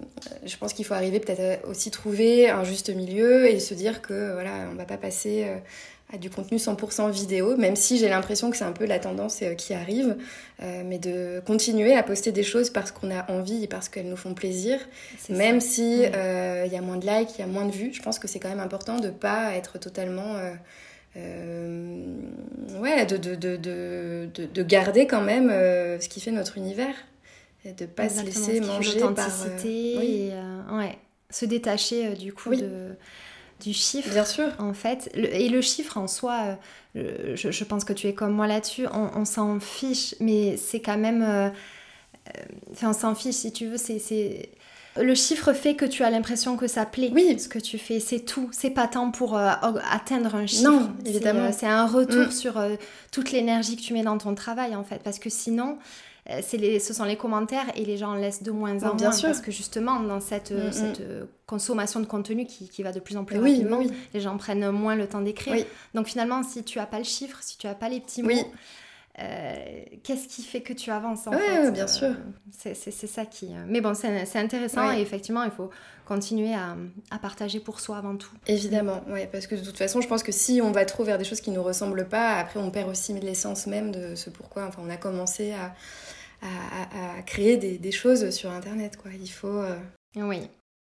je pense qu'il faut arriver peut-être à aussi trouver un juste milieu et se dire que voilà, on va pas passer à du contenu cent pour cent vidéo, même si j'ai l'impression que c'est un peu la tendance euh, qui arrive, euh, mais de continuer à poster des choses parce qu'on a envie et parce qu'elles nous font plaisir, c'est même ça. Si il oui. euh, y a moins de likes, il y a moins de vues, je pense que c'est quand même important de pas être totalement... Euh, euh, ouais, de, de, de, de, de, de garder quand même euh, ce qui fait notre univers, et de pas Exactement, se laisser manger par... l'authenticité euh, oui. et euh, ouais, se détacher euh, du coup oui. de... du chiffre, bien sûr. En fait. Le, et le chiffre en soi, euh, je, je pense que tu es comme moi là-dessus, on, on s'en fiche, mais c'est quand même... Euh, enfin, on s'en fiche, si tu veux, c'est, c'est... Le chiffre fait que tu as l'impression que ça plaît, oui. ce que tu fais, c'est tout. C'est pas tant pour euh, atteindre un chiffre. Non, évidemment. C'est, euh, c'est un retour mm. sur euh, toute l'énergie que tu mets dans ton travail, en fait. Parce que sinon... C'est les, ce sont les commentaires et les gens en laissent de moins en oui, bien moins sûr. Parce que justement dans cette, mmh, cette mmh. consommation de contenu qui, qui va de plus en plus oui, rapidement, oui. les gens prennent moins le temps d'écrire. Oui. Donc finalement, si tu n'as pas le chiffre, si tu n'as pas les petits mots, oui. euh, qu'est-ce qui fait que tu avances en ouais, fait ouais, bien euh, sûr. C'est, c'est, c'est ça qui... Mais bon, c'est, c'est intéressant ouais. et effectivement, il faut continuer à, à partager pour soi avant tout. Évidemment, ouais, parce que de toute façon, je pense que si on va trop vers des choses qui ne nous ressemblent pas, après on perd aussi l'essence même de ce pourquoi enfin, on a commencé à... À, à, à créer des, des choses sur Internet, quoi. Il faut euh, oui.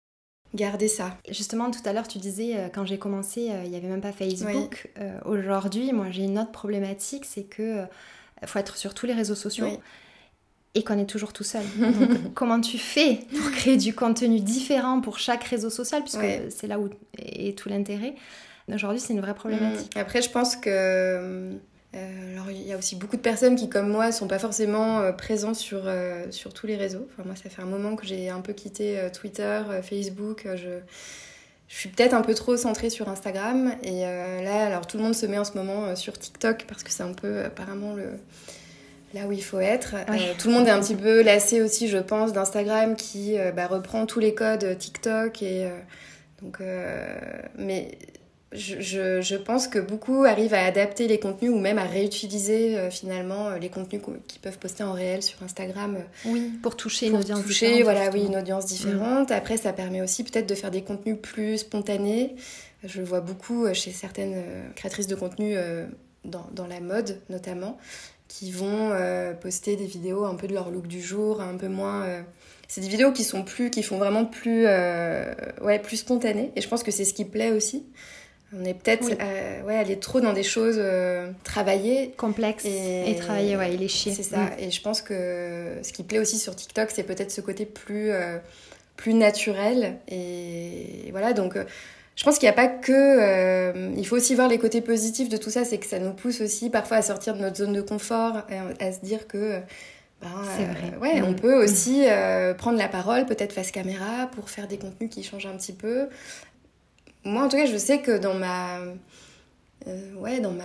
garder ça. Justement, tout à l'heure, tu disais, euh, quand j'ai commencé, euh, il n'y avait même pas Facebook. Oui. Euh, aujourd'hui, moi, j'ai une autre problématique, c'est qu'il euh, faut être sur tous les réseaux sociaux oui. et qu'on est toujours tout seul. Donc, comment tu fais pour créer du contenu différent pour chaque réseau social, puisque oui. c'est là où est tout l'intérêt. Aujourd'hui, c'est une vraie problématique. Mmh. Après, je pense que... Euh, alors il y a aussi beaucoup de personnes qui comme moi sont pas forcément euh, présentes sur, euh, sur tous les réseaux. Enfin, moi ça fait un moment que j'ai un peu quitté euh, Twitter, euh, Facebook, euh, je, je suis peut-être un peu trop centrée sur Instagram et euh, là alors tout le monde se met en ce moment euh, sur TikTok parce que c'est un peu apparemment le, là où il faut être. Oui. Euh, tout le monde est un petit peu lassé aussi je pense d'Instagram qui euh, bah, reprend tous les codes TikTok et euh, donc euh, mais Je, je, je pense que beaucoup arrivent à adapter les contenus ou même à réutiliser euh, finalement euh, les contenus qu'ils peuvent poster en réel sur Instagram. Oui, pour toucher pour une audience toucher, différente. Voilà, oui, une audience différente. Mmh. Après, ça permet aussi peut-être de faire des contenus plus spontanés. Je le vois beaucoup chez certaines euh, créatrices de contenu euh, dans, dans la mode notamment, qui vont euh, poster des vidéos un peu de leur look du jour, un peu moins... Euh, c'est des vidéos qui sont plus, qui font vraiment plus, euh, ouais, plus spontanées. Et je pense que c'est ce qui plaît aussi. On est peut-être oui. euh, ouais, aller trop dans des choses euh, travaillées. Complexes et, et travaillées, ouais, et léchées. C'est ça. Mm. Et je pense que ce qui plaît aussi sur TikTok, c'est peut-être ce côté plus, euh, plus naturel. Et voilà, donc euh, je pense qu'il n'y a pas que... Euh, il faut aussi voir les côtés positifs de tout ça. C'est que ça nous pousse aussi parfois à sortir de notre zone de confort, à, à se dire que... Ben, c'est vrai. Euh, ouais, mmh. on peut aussi euh, prendre la parole, peut-être face caméra, pour faire des contenus qui changent un petit peu. Moi, en tout cas, je sais que dans ma, euh, ouais, dans ma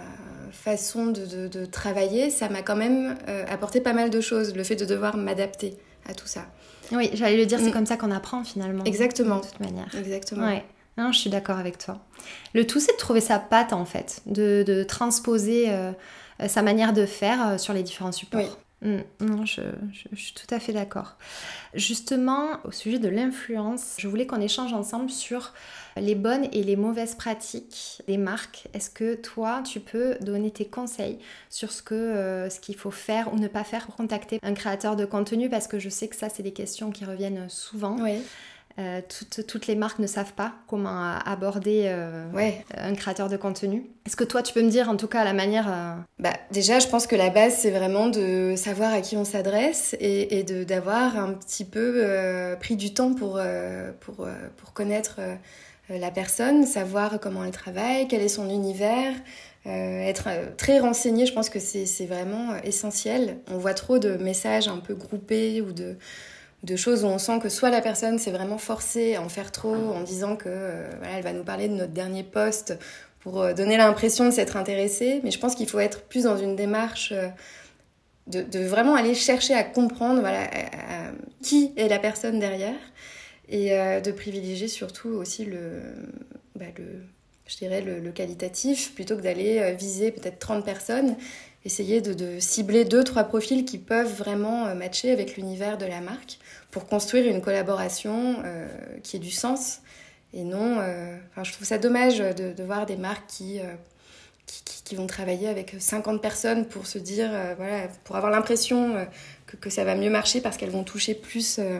façon de, de, de travailler, ça m'a quand même euh, apporté pas mal de choses, le fait de devoir m'adapter à tout ça. Oui, j'allais le dire, c'est mmh. comme ça qu'on apprend finalement. Exactement. De toute manière. Exactement. Ouais. Non, je suis d'accord avec toi. Le tout, c'est de trouver sa patte, en fait, de, de transposer euh, sa manière de faire euh, sur les différents supports. Oui. Mmh, non, je, je, je suis tout à fait d'accord. Justement, au sujet de l'influence, je voulais qu'on échange ensemble sur les bonnes et les mauvaises pratiques des marques. Est-ce que toi, tu peux donner tes conseils sur ce, que, euh, ce qu'il faut faire ou ne pas faire pour contacter un créateur de contenu? Parce que je sais que ça, c'est des questions qui reviennent souvent. Oui. Euh, toutes, toutes les marques ne savent pas comment aborder euh, ouais. un créateur de contenu. Est-ce que toi, tu peux me dire en tout cas la manière... Euh... Bah, déjà, je pense que la base, c'est vraiment de savoir à qui on s'adresse et, et de, d'avoir un petit peu euh, pris du temps pour, euh, pour, euh, pour connaître euh, la personne, savoir comment elle travaille, quel est son univers, euh, être euh, très renseigné. Je pense que c'est, c'est vraiment essentiel. On voit trop de messages un peu groupés ou de... de choses où on sent que soit la personne s'est vraiment forcée à en faire trop en disant que euh, voilà, elle va nous parler de notre dernier post pour euh, donner l'impression de s'être intéressée, mais je pense qu'il faut être plus dans une démarche euh, de, de vraiment aller chercher à comprendre voilà, à, à, qui est la personne derrière et euh, de privilégier surtout aussi le, bah, le, je dirais le, le qualitatif plutôt que d'aller euh, viser peut-être trente personnes. Essayer de, de cibler deux, trois profils qui peuvent vraiment euh, matcher avec l'univers de la marque pour construire une collaboration euh, qui ait du sens. Et non... Euh, je trouve ça dommage de, de voir des marques qui, euh, qui, qui, qui vont travailler avec cinquante personnes pour se dire, euh, voilà, pour avoir l'impression euh, que, que ça va mieux marcher parce qu'elles vont toucher plus, euh,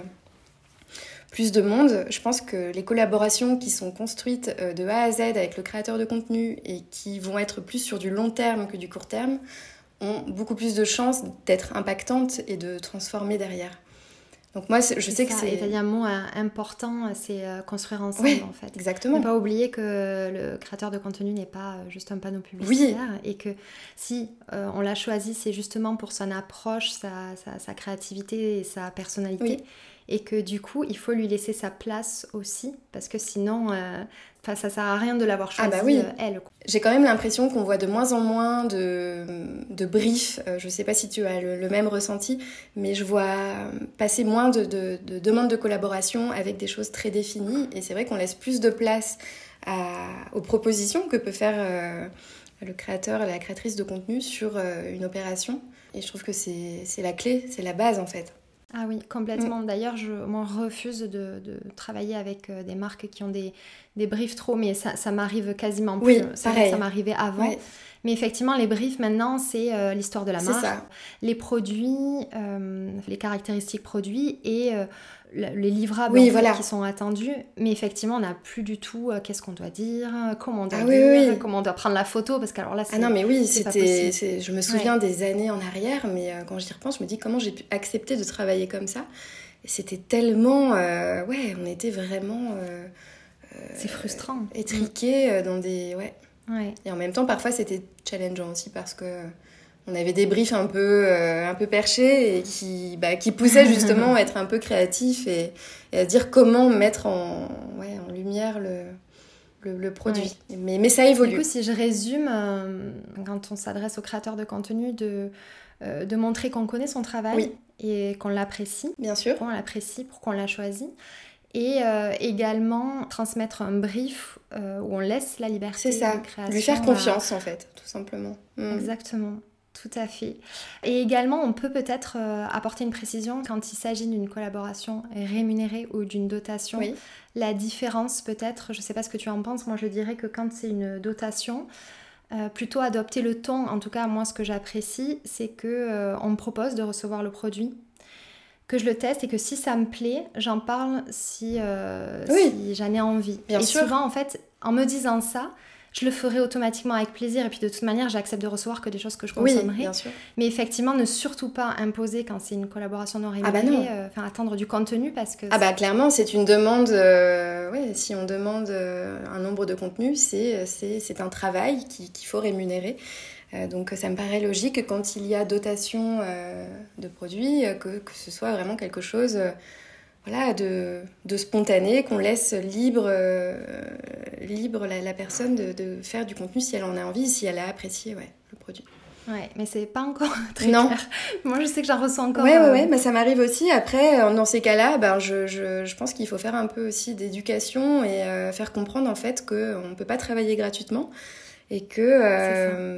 plus de monde. Je pense que les collaborations qui sont construites euh, de A à Z avec le créateur de contenu et qui vont être plus sur du long terme que du court terme ont beaucoup plus de chances d'être impactantes et de transformer derrière. Donc moi, je sais ça, que c'est... Et il y a un mot important, c'est construire ensemble, ouais, en fait. Exactement. Ne pas oublier que le créateur de contenu n'est pas juste un panneau publicitaire, oui. Et que si euh, on l'a choisi, c'est justement pour son approche, sa, sa, sa créativité et sa personnalité. Oui. Et que du coup, il faut lui laisser sa place aussi, parce que sinon, euh, ça sert à rien de l'avoir choisi, ah bah oui. euh, elle. J'ai quand même l'impression qu'on voit de moins en moins de, de briefs. Euh, je sais pas si tu as le, le même ressenti, mais je vois passer moins de, de, de demandes de collaboration avec des choses très définies. Et c'est vrai qu'on laisse plus de place à, aux propositions que peut faire euh, le créateur et la créatrice de contenu sur euh, une opération. Et je trouve que c'est, c'est la clé, c'est la base en fait. Ah oui, complètement. Mmh. D'ailleurs, je moi, refuse de, de travailler avec euh, des marques qui ont des, des briefs trop, mais ça, ça m'arrive quasiment plus. Oui, c'est pareil. Vrai, ça m'arrivait avant. Ouais. Mais effectivement, les briefs, maintenant, c'est euh, l'histoire de la c'est marque, ça. Les produits, euh, les caractéristiques produits et euh, les livrables oui, en fait, voilà. qui sont attendus. Mais effectivement, on n'a plus du tout euh, qu'est-ce qu'on doit dire, comment on doit ah, dire, oui, oui. comment on doit prendre la photo, parce qu'alors là, c'est Ah non, mais oui, c'est c'était, c'est, je me souviens ouais. des années en arrière, mais euh, quand j'y repense, je me dis comment j'ai pu accepter de travailler comme ça. Et c'était tellement... Euh, ouais, on était vraiment... Euh, c'est frustrant. Étriqués euh, dans des... Ouais. ouais. Et en même temps, parfois, c'était challengeant aussi parce que on avait des briefs un peu, euh, un peu perchés et qui, bah, qui poussaient justement à être un peu créatifs et, et à se dire comment mettre en, ouais, en lumière le, le, le produit. Ouais. Mais, mais ça évolue. Du coup, si je résume, euh, quand on s'adresse aux créateurs de contenu, de, euh, de montrer qu'on connaît son travail oui. et qu'on l'apprécie. Bien sûr. Qu'on l'apprécie, pour qu'on l'a choisi. Et euh, également transmettre un brief euh, où on laisse la liberté C'est ça. de création. Lui faire confiance, à... en fait, tout simplement. Mm. Exactement. Tout à fait. Et également, on peut peut-être euh, apporter une précision quand il s'agit d'une collaboration rémunérée ou d'une dotation. Oui. La différence peut-être, je ne sais pas ce que tu en penses, moi je dirais que quand c'est une dotation, euh, plutôt adopter le ton, en tout cas moi ce que j'apprécie, c'est qu'on euh, me propose de recevoir le produit, que je le teste et que si ça me plaît, j'en parle si, euh, oui. si j'en ai envie. Bien et sûr. souvent, en fait, en me disant ça, je le ferai automatiquement avec plaisir. Et puis de toute manière, j'accepte de recevoir que des choses que je consommerai. Oui, bien sûr. Mais effectivement, ne surtout pas imposer quand c'est une collaboration non rémunérée, ah bah non. euh, enfin attendre du contenu parce que... Ah bah clairement, c'est une demande... Euh, ouais, si on demande euh, un nombre de contenus, c'est, c'est, c'est un travail qui, qu'il faut rémunérer. Euh, donc ça me paraît logique que quand il y a dotation euh, de produits, que, que ce soit vraiment quelque chose... Euh, Voilà, de, de spontané, qu'on laisse libre, euh, libre la, la personne de, de faire du contenu si elle en a envie, si elle a apprécié ouais, le produit. Ouais, mais c'est pas encore très non. clair. Moi, je sais que j'en reçois encore. Ouais, ouais, euh... ouais, bah, ça m'arrive aussi. Après, dans ces cas-là, ben, je, je, je pense qu'il faut faire un peu aussi d'éducation et euh, faire comprendre en fait qu'on ne peut pas travailler gratuitement. Et que euh,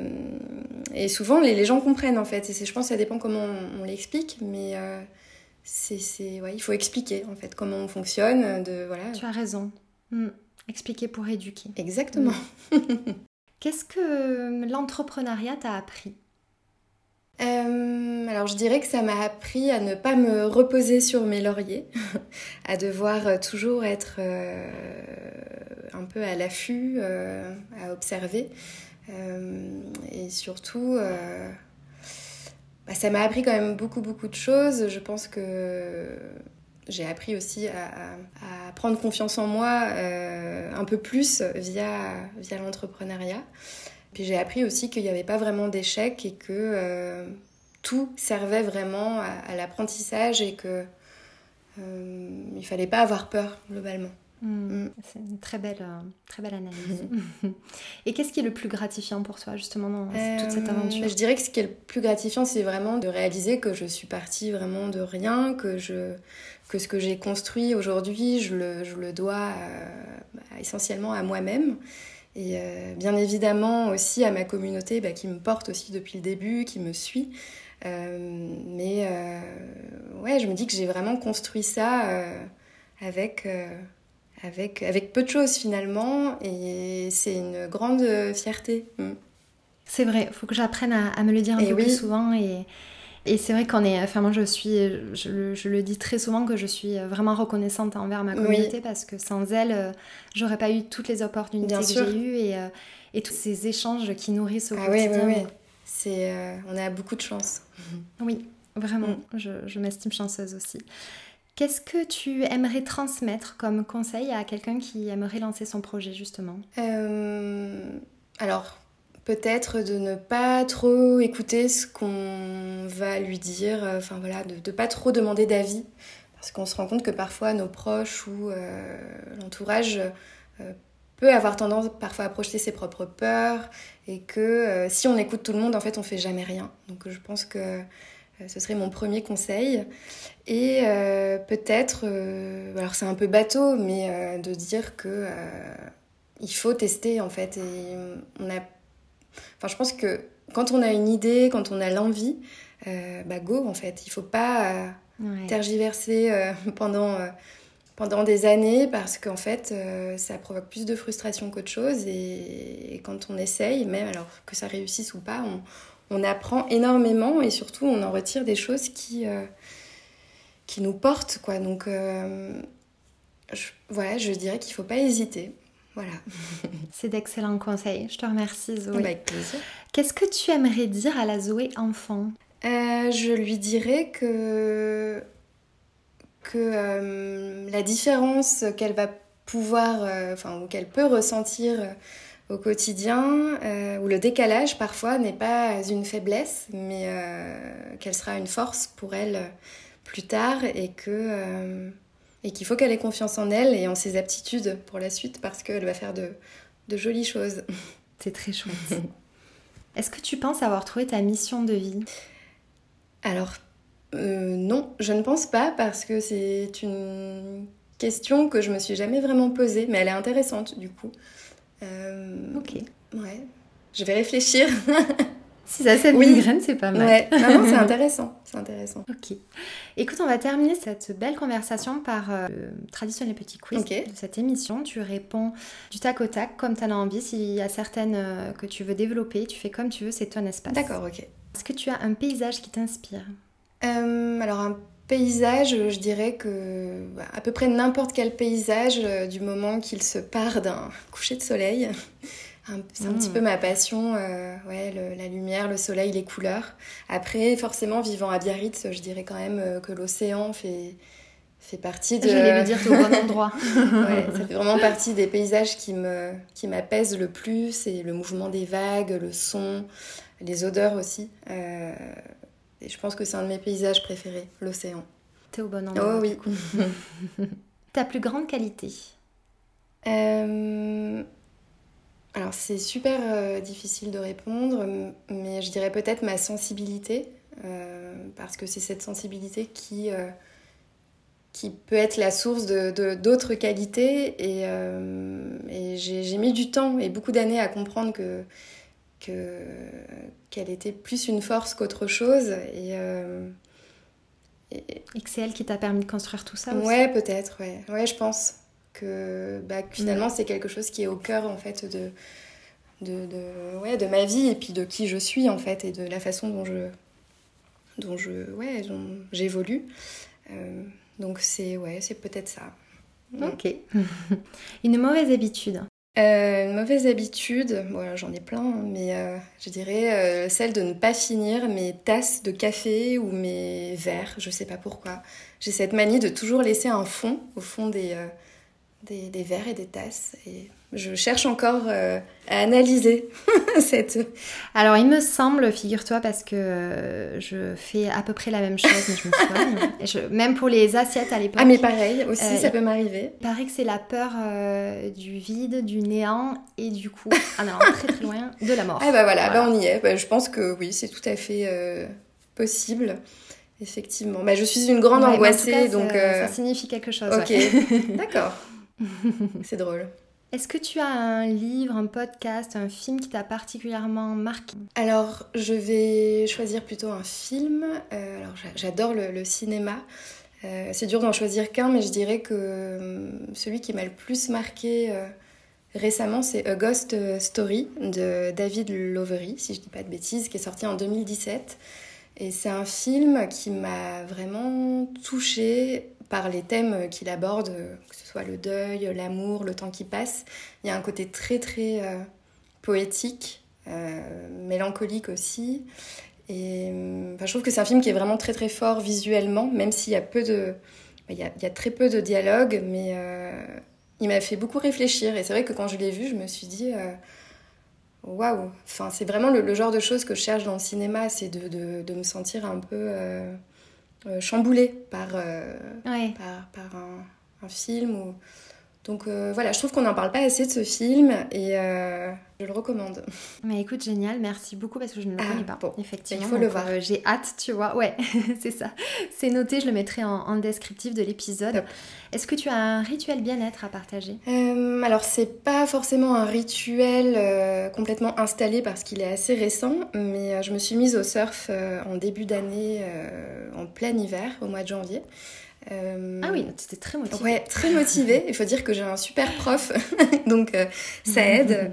et souvent, les, les gens comprennent en fait. Et c'est, je pense que ça dépend comment on, on l'explique, mais... Euh, C'est, c'est, ouais, il faut expliquer en fait comment on fonctionne. De, voilà. Tu as raison. Mmh. Expliquer pour éduquer. Exactement. Mmh. Qu'est-ce que l'entrepreneuriat t'a appris ? euh, Alors je dirais que ça m'a appris à ne pas me reposer sur mes lauriers, à devoir toujours être euh, un peu à l'affût, euh, à observer. Euh, et surtout... Euh, Bah, ça m'a appris quand même beaucoup, beaucoup de choses. Je pense que j'ai appris aussi à, à, à prendre confiance en moi euh, un peu plus via, via l'entrepreneuriat. Puis j'ai appris aussi qu'il n'y avait pas vraiment d'échec et que euh, tout servait vraiment à, à l'apprentissage et qu'il euh, ne fallait pas avoir peur, globalement. Mmh, mmh. C'est une très belle, euh, très belle analyse. Mmh. Et qu'est-ce qui est le plus gratifiant pour toi, justement, dans euh, toute cette aventure ? Je dirais que ce qui est le plus gratifiant, c'est vraiment de réaliser que je suis partie vraiment de rien, que, je, que ce que j'ai construit aujourd'hui, je le, je le dois euh, bah, essentiellement à moi-même. Et euh, bien évidemment aussi à ma communauté bah, qui me porte aussi depuis le début, qui me suit. Euh, mais euh, ouais, je me dis que j'ai vraiment construit ça euh, avec... Euh, Avec, avec peu de choses finalement, et c'est une grande fierté. Mm. C'est vrai, il faut que j'apprenne à, à me le dire un et peu oui. plus souvent. Et, et c'est vrai qu'on est... Enfin, moi, je suis... Je, je le dis très souvent que je suis vraiment reconnaissante envers ma communauté, oui. Parce que sans elle, euh, j'aurais pas eu toutes les opportunités Bien que sûr. j'ai eues et, euh, et tous ces échanges qui nourrissent au ah, quotidien. Oui, oui, oui. C'est, euh, on a beaucoup de chance. Oui, vraiment. Mm. Je, je m'estime chanceuse aussi. Qu'est-ce que tu aimerais transmettre comme conseil à quelqu'un qui aimerait lancer son projet, justement ? euh, Alors, peut-être de ne pas trop écouter ce qu'on va lui dire, enfin voilà, de ne pas trop demander d'avis, parce qu'on se rend compte que parfois nos proches ou euh, l'entourage euh, peut avoir tendance parfois à projeter ses propres peurs, et que euh, si on écoute tout le monde, en fait, on fait jamais rien. Donc je pense que euh, ce serait mon premier conseil. Et euh, peut-être, euh, alors c'est un peu bateau, mais euh, de dire que euh, il faut tester en fait. Et on a, enfin je pense que quand on a une idée, quand on a l'envie, euh, bah go en fait. Il faut pas euh, ouais. tergiverser euh, pendant euh, pendant des années parce qu'en fait euh, ça provoque plus de frustration qu'autre chose. Et, et quand on essaye, même alors que ça réussisse ou pas, on, on apprend énormément et surtout on en retire des choses qui euh, qui nous portent, quoi. Donc, euh, je, voilà, je dirais qu'il ne faut pas hésiter. Voilà. C'est d'excellents conseils. Je te remercie, Zoé. Bah, avec plaisir. Qu'est-ce que tu aimerais dire à la Zoé enfant ? euh, Je lui dirais que, que euh, la différence qu'elle va pouvoir, euh, enfin, ou qu'elle peut ressentir au quotidien, euh, où le décalage parfois n'est pas une faiblesse, mais euh, qu'elle sera une force pour elle plus tard et que euh, et qu'il faut qu'elle ait confiance en elle et en ses aptitudes pour la suite parce qu'elle va faire de, de jolies choses. C'est très chouette. Est-ce que tu penses avoir trouvé ta mission de vie ? Alors, euh, non, je ne pense pas parce que c'est une question que je me suis jamais vraiment posée, mais elle est intéressante du coup. Euh, ok. Ouais, je vais réfléchir. Si ça sème oui. une graine, c'est pas mal. Ouais, non, non, c'est intéressant, c'est intéressant. Ok. Écoute, on va terminer cette belle conversation par euh, le traditionnel petit quiz okay. de cette émission. Tu réponds du tac au tac, comme tu en as envie. S'il y a certaines euh, que tu veux développer, tu fais comme tu veux, c'est ton espace. D'accord, ok. Est-ce que tu as un paysage qui t'inspire ? euh, Alors, un paysage, je dirais que bah, à peu près n'importe quel paysage, euh, du moment qu'il se part d'un coucher de soleil. C'est un mmh. petit peu ma passion, euh, ouais, le, la lumière, le soleil, les couleurs. Après, forcément, vivant à Biarritz, je dirais quand même euh, que l'océan fait, fait partie de... J'allais le dire, t'es au bon endroit. Ouais, ça fait vraiment partie des paysages qui, me, qui m'apaisent le plus. Et le mouvement des vagues, le son, les odeurs aussi. Euh, et je pense que c'est un de mes paysages préférés, l'océan. T'es au bon endroit. Oh oui. Ta plus grande qualité ? euh... Alors c'est super euh, difficile de répondre, mais je dirais peut-être ma sensibilité, euh, parce que c'est cette sensibilité qui, euh, qui peut être la source de, de, d'autres qualités. Et, euh, et j'ai, j'ai mis du temps et beaucoup d'années à comprendre que, que, qu'elle était plus une force qu'autre chose. Et, euh, et... et que c'est elle qui t'a permis de construire tout ça aussi. Ouais, peut-être, ouais, ouais je pense. Que, bah, que finalement mmh. c'est quelque chose qui est au cœur en fait de, de, de, ouais, de ma vie et puis de qui je suis en fait et de la façon dont je dont je ouais dont j'évolue euh, donc c'est ouais c'est peut-être ça. Ok. Une mauvaise habitude. Euh, une mauvaise habitude, bon, j'en ai plein, mais euh, je dirais euh, celle de ne pas finir mes tasses de café ou mes verres, je sais pas pourquoi. J'ai cette manie de toujours laisser un fond au fond des euh, Des, des verres et des tasses. Et je cherche encore euh, à analyser cette... Alors, il me semble, figure-toi, parce que euh, je fais à peu près la même chose, mais je me soigne. Je, même pour les assiettes à l'époque. Ah, mais pareil, aussi, euh, ça peut m'arriver. Il paraît que c'est la peur euh, du vide, du néant, et du coup, ah non, très très loin, de la mort. Ah bah voilà, voilà. Bah on y est. Bah, je pense que oui, c'est tout à fait euh, possible. Effectivement. Bah, je suis une grande ouais, angoissée, cas, donc... Ça, euh... ça signifie quelque chose. Ok, ouais. D'accord. C'est drôle. Est-ce que tu as un livre, un podcast, un film qui t'a particulièrement marqué ? Alors, je vais choisir plutôt un film. Euh, alors, j'adore le, le cinéma. Euh, c'est dur d'en choisir qu'un, mais je dirais que euh, celui qui m'a le plus marqué euh, récemment, c'est A Ghost Story de David Lowery, si je dis pas de bêtises, qui est sorti en deux mille dix-sept. Et c'est un film qui m'a vraiment touchée par les thèmes qu'il aborde, que ce soit le deuil, l'amour, le temps qui passe. Il y a un côté très très euh, poétique, euh, mélancolique aussi. Et enfin, je trouve que c'est un film qui est vraiment très très fort visuellement, même s'il y a peu de, il y a, il y a très peu de dialogue, mais euh, il m'a fait beaucoup réfléchir. Et c'est vrai que quand je l'ai vu, je me suis dit, waouh, wow. Enfin, c'est vraiment le, le genre de choses que je cherche dans le cinéma, c'est de, de, de me sentir un peu euh, euh, chamboulée par, euh, ouais. par, par un, un film. Ou... Donc euh, voilà, je trouve qu'on n'en parle pas assez de ce film et euh, je le recommande. Mais écoute, génial, merci beaucoup parce que je ne le ah, connais pas, bon, effectivement. Il faut donc, le voir. Euh, j'ai hâte, tu vois, ouais, c'est ça. C'est noté, je le mettrai en, en descriptif de l'épisode. Top. Est-ce que tu as un rituel bien-être à partager ? euh, Alors, c'est pas forcément un rituel euh, complètement installé parce qu'il est assez récent, mais euh, je me suis mise au surf euh, en début d'année, euh, en plein hiver, au mois de janvier. Euh... Ah oui, tu étais très motivée. Ouais, très motivée. Il faut dire que j'ai un super prof, donc euh, ça aide.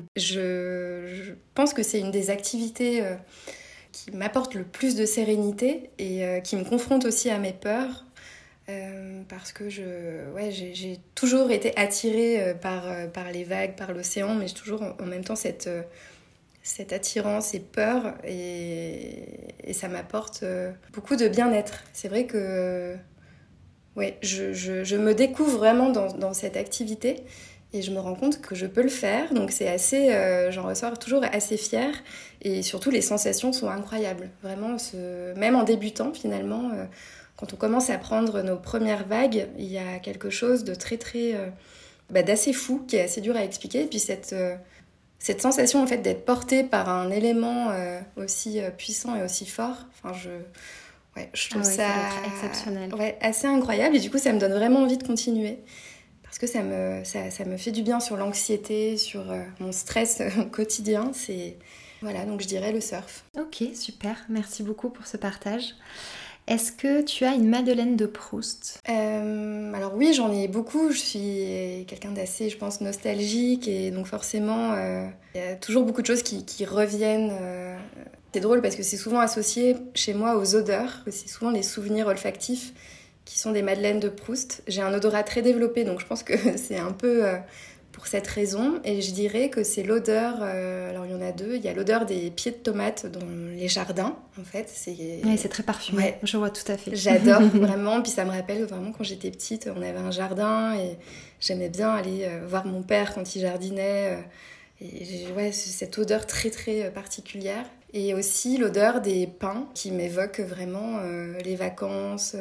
Je, je pense que c'est une des activités euh, qui m'apporte le plus de sérénité et euh, qui me confronte aussi à mes peurs. Euh, parce que je, ouais, j'ai, j'ai toujours été attirée euh, par, euh, par les vagues, par l'océan, mais j'ai toujours en, en même temps cette, euh, cette attirance et peur, et, et ça m'apporte euh, beaucoup de bien-être. C'est vrai que ouais, je, je, je me découvre vraiment dans, dans cette activité et je me rends compte que je peux le faire. Donc c'est assez, euh, j'en ressors toujours assez fière et surtout les sensations sont incroyables. Vraiment, ce, même en débutant finalement, euh, quand on commence à prendre nos premières vagues, il y a quelque chose de très très, euh, bah, d'assez fou qui est assez dur à expliquer. Et puis cette, euh, cette sensation en fait d'être portée par un élément euh, aussi euh, puissant et aussi fort. Enfin je Ouais, je trouve ah ouais, ça, ça exceptionnel. Ouais, assez incroyable et du coup ça me donne vraiment envie de continuer parce que ça me, ça, ça me fait du bien sur l'anxiété, sur euh, mon stress quotidien. C'est... Voilà, donc je dirais le surf. Ok, super, merci beaucoup pour ce partage. Est-ce que tu as une Madeleine de Proust ? euh, Alors oui, j'en ai beaucoup. Je suis quelqu'un d'assez, je pense, nostalgique et donc forcément, euh, il y a toujours beaucoup de choses qui, qui reviennent. Euh, C'est drôle parce que c'est souvent associé chez moi aux odeurs, c'est souvent les souvenirs olfactifs qui sont des Madeleines de Proust. J'ai un odorat très développé, donc je pense que c'est un peu euh, pour cette raison. Et je dirais que c'est l'odeur, euh, alors il y en a deux, il y a l'odeur des pieds de tomates dans les jardins, en fait. C'est... Oui, c'est très parfumé, ouais. Je vois tout à fait. J'adore, vraiment. Puis ça me rappelle vraiment quand j'étais petite, on avait un jardin et j'aimais bien aller euh, voir mon père quand il jardinait. Euh, et j'ai, ouais, cette odeur très très particulière. Et aussi l'odeur des pins qui m'évoque vraiment euh, les vacances.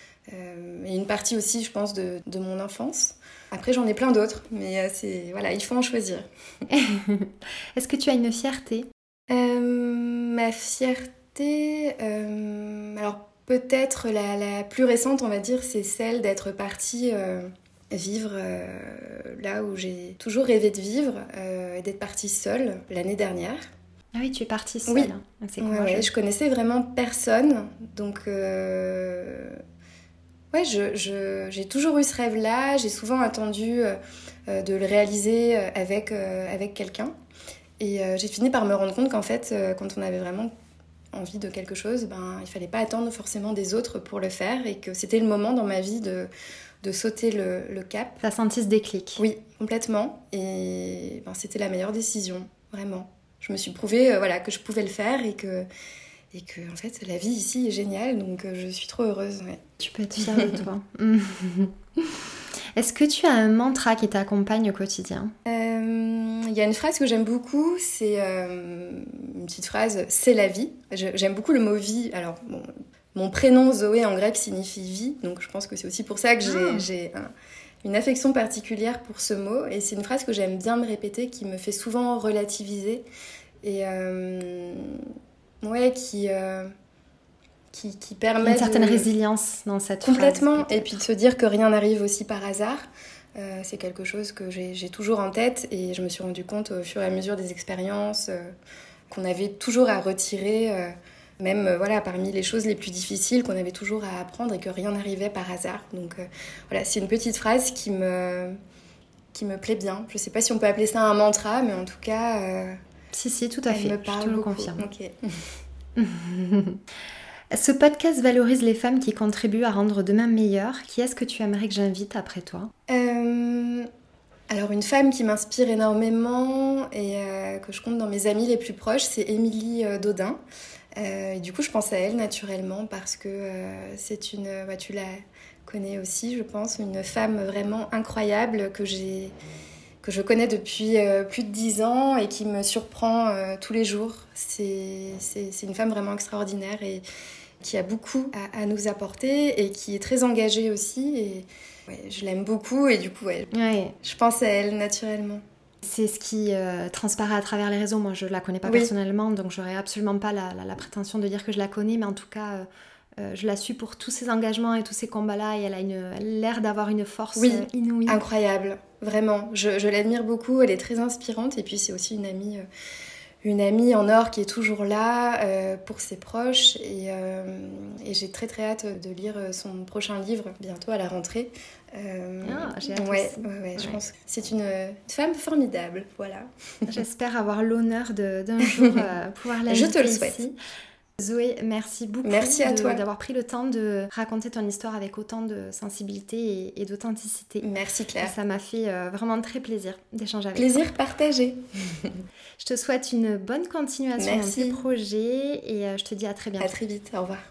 Euh, et une partie aussi, je pense, de, de mon enfance. Après, j'en ai plein d'autres, mais euh, c'est, voilà, il faut en choisir. Est-ce que tu as une fierté ? euh, Ma fierté... Euh, alors, peut-être la, la plus récente, on va dire, c'est celle d'être partie... Euh, vivre euh, là où j'ai toujours rêvé de vivre, euh, et d'être partie seule l'année dernière. Ah oui, tu es partie seule. Oui, hein. C'est ouais, ouais, je connaissais vraiment personne, donc euh... ouais, je, je, j'ai toujours eu ce rêve-là, j'ai souvent attendu euh, de le réaliser avec, euh, avec quelqu'un, et euh, j'ai fini par me rendre compte qu'en fait, euh, quand on avait vraiment envie de quelque chose, ben, il fallait pas attendre forcément des autres pour le faire, et que c'était le moment dans ma vie de de sauter le, le cap. T'as senti ce déclic ? Oui, complètement. Et ben, c'était la meilleure décision, vraiment. Je me suis prouvé euh, voilà, que je pouvais le faire et que, et que en fait, la vie ici est géniale, donc euh, je suis trop heureuse. Ouais. Tu peux être fière de toi. Est-ce que tu as un mantra qui t'accompagne au quotidien ? Il euh, y a une phrase que j'aime beaucoup, c'est euh, une petite phrase « c'est la vie ». J'aime beaucoup le mot « vie ». Alors, bon... Mon prénom Zoé en grec signifie vie, donc je pense que c'est aussi pour ça que j'ai, ah. j'ai un, une affection particulière pour ce mot. Et c'est une phrase que j'aime bien me répéter, qui me fait souvent relativiser et euh, ouais, qui, euh, qui, qui permet... Il y a une certaine de... résilience dans cette Complètement, phrase. Et puis de se dire que rien n'arrive aussi par hasard. Euh, c'est quelque chose que j'ai, j'ai toujours en tête et je me suis rendu compte au fur et à mesure des expériences euh, qu'on avait toujours à retirer... Euh, Même euh, voilà, parmi les choses les plus difficiles qu'on avait toujours à apprendre et que rien n'arrivait par hasard. Donc euh, voilà, c'est une petite phrase qui me, qui me plaît bien. Je sais pas si on peut appeler ça un mantra, mais en tout cas... Euh, si, si, tout à elle fait, me parle je te le beaucoup. confirme. Ok. Ce podcast valorise les femmes qui contribuent à rendre demain meilleur. Qui est-ce que tu aimerais que j'invite après toi ? euh, Alors, une femme qui m'inspire énormément et euh, que je compte dans mes amies les plus proches, c'est Émilie euh, Daudin. Euh, et du coup, je pense à elle naturellement parce que euh, c'est une... Bah, tu la connais aussi, je pense, une femme vraiment incroyable que j'ai... que je connais depuis euh, plus de dix ans et qui me surprend euh, tous les jours. C'est, c'est, c'est une femme vraiment extraordinaire et qui a beaucoup à, à nous apporter et qui est très engagée aussi. Et ouais, je l'aime beaucoup et du coup, ouais, ouais. je pense à elle naturellement. C'est ce qui euh, transparaît à travers les réseaux. Moi, je ne la connais pas oui. personnellement, donc j'aurais absolument pas la, la, la prétention de dire que je la connais, mais en tout cas... Euh... Euh, je la suis pour tous ses engagements et tous ses combats-là et elle a, une, elle a l'air d'avoir une force oui, euh, inouïe. Incroyable, vraiment. Je, je l'admire beaucoup, elle est très inspirante et puis c'est aussi une amie, euh, une amie en or qui est toujours là euh, pour ses proches et, euh, et j'ai très très hâte de lire son prochain livre bientôt à la rentrée. Euh, ah, j'ai hâte ouais, aussi. Ouais, ouais, ouais. Je pense que c'est une, une femme formidable, voilà. J'espère avoir l'honneur de, d'un jour euh, pouvoir l'inviter. Je te le souhaite. Ici. Zoé, merci beaucoup merci à de, toi. d'avoir pris le temps de raconter ton histoire avec autant de sensibilité et, et d'authenticité. Merci Claire. Et ça m'a fait euh, vraiment très plaisir d'échanger avec plaisir toi. Plaisir partagé. Je te souhaite une bonne continuation merci. dans tes projets et euh, je te dis à très bientôt. À très vite, au revoir.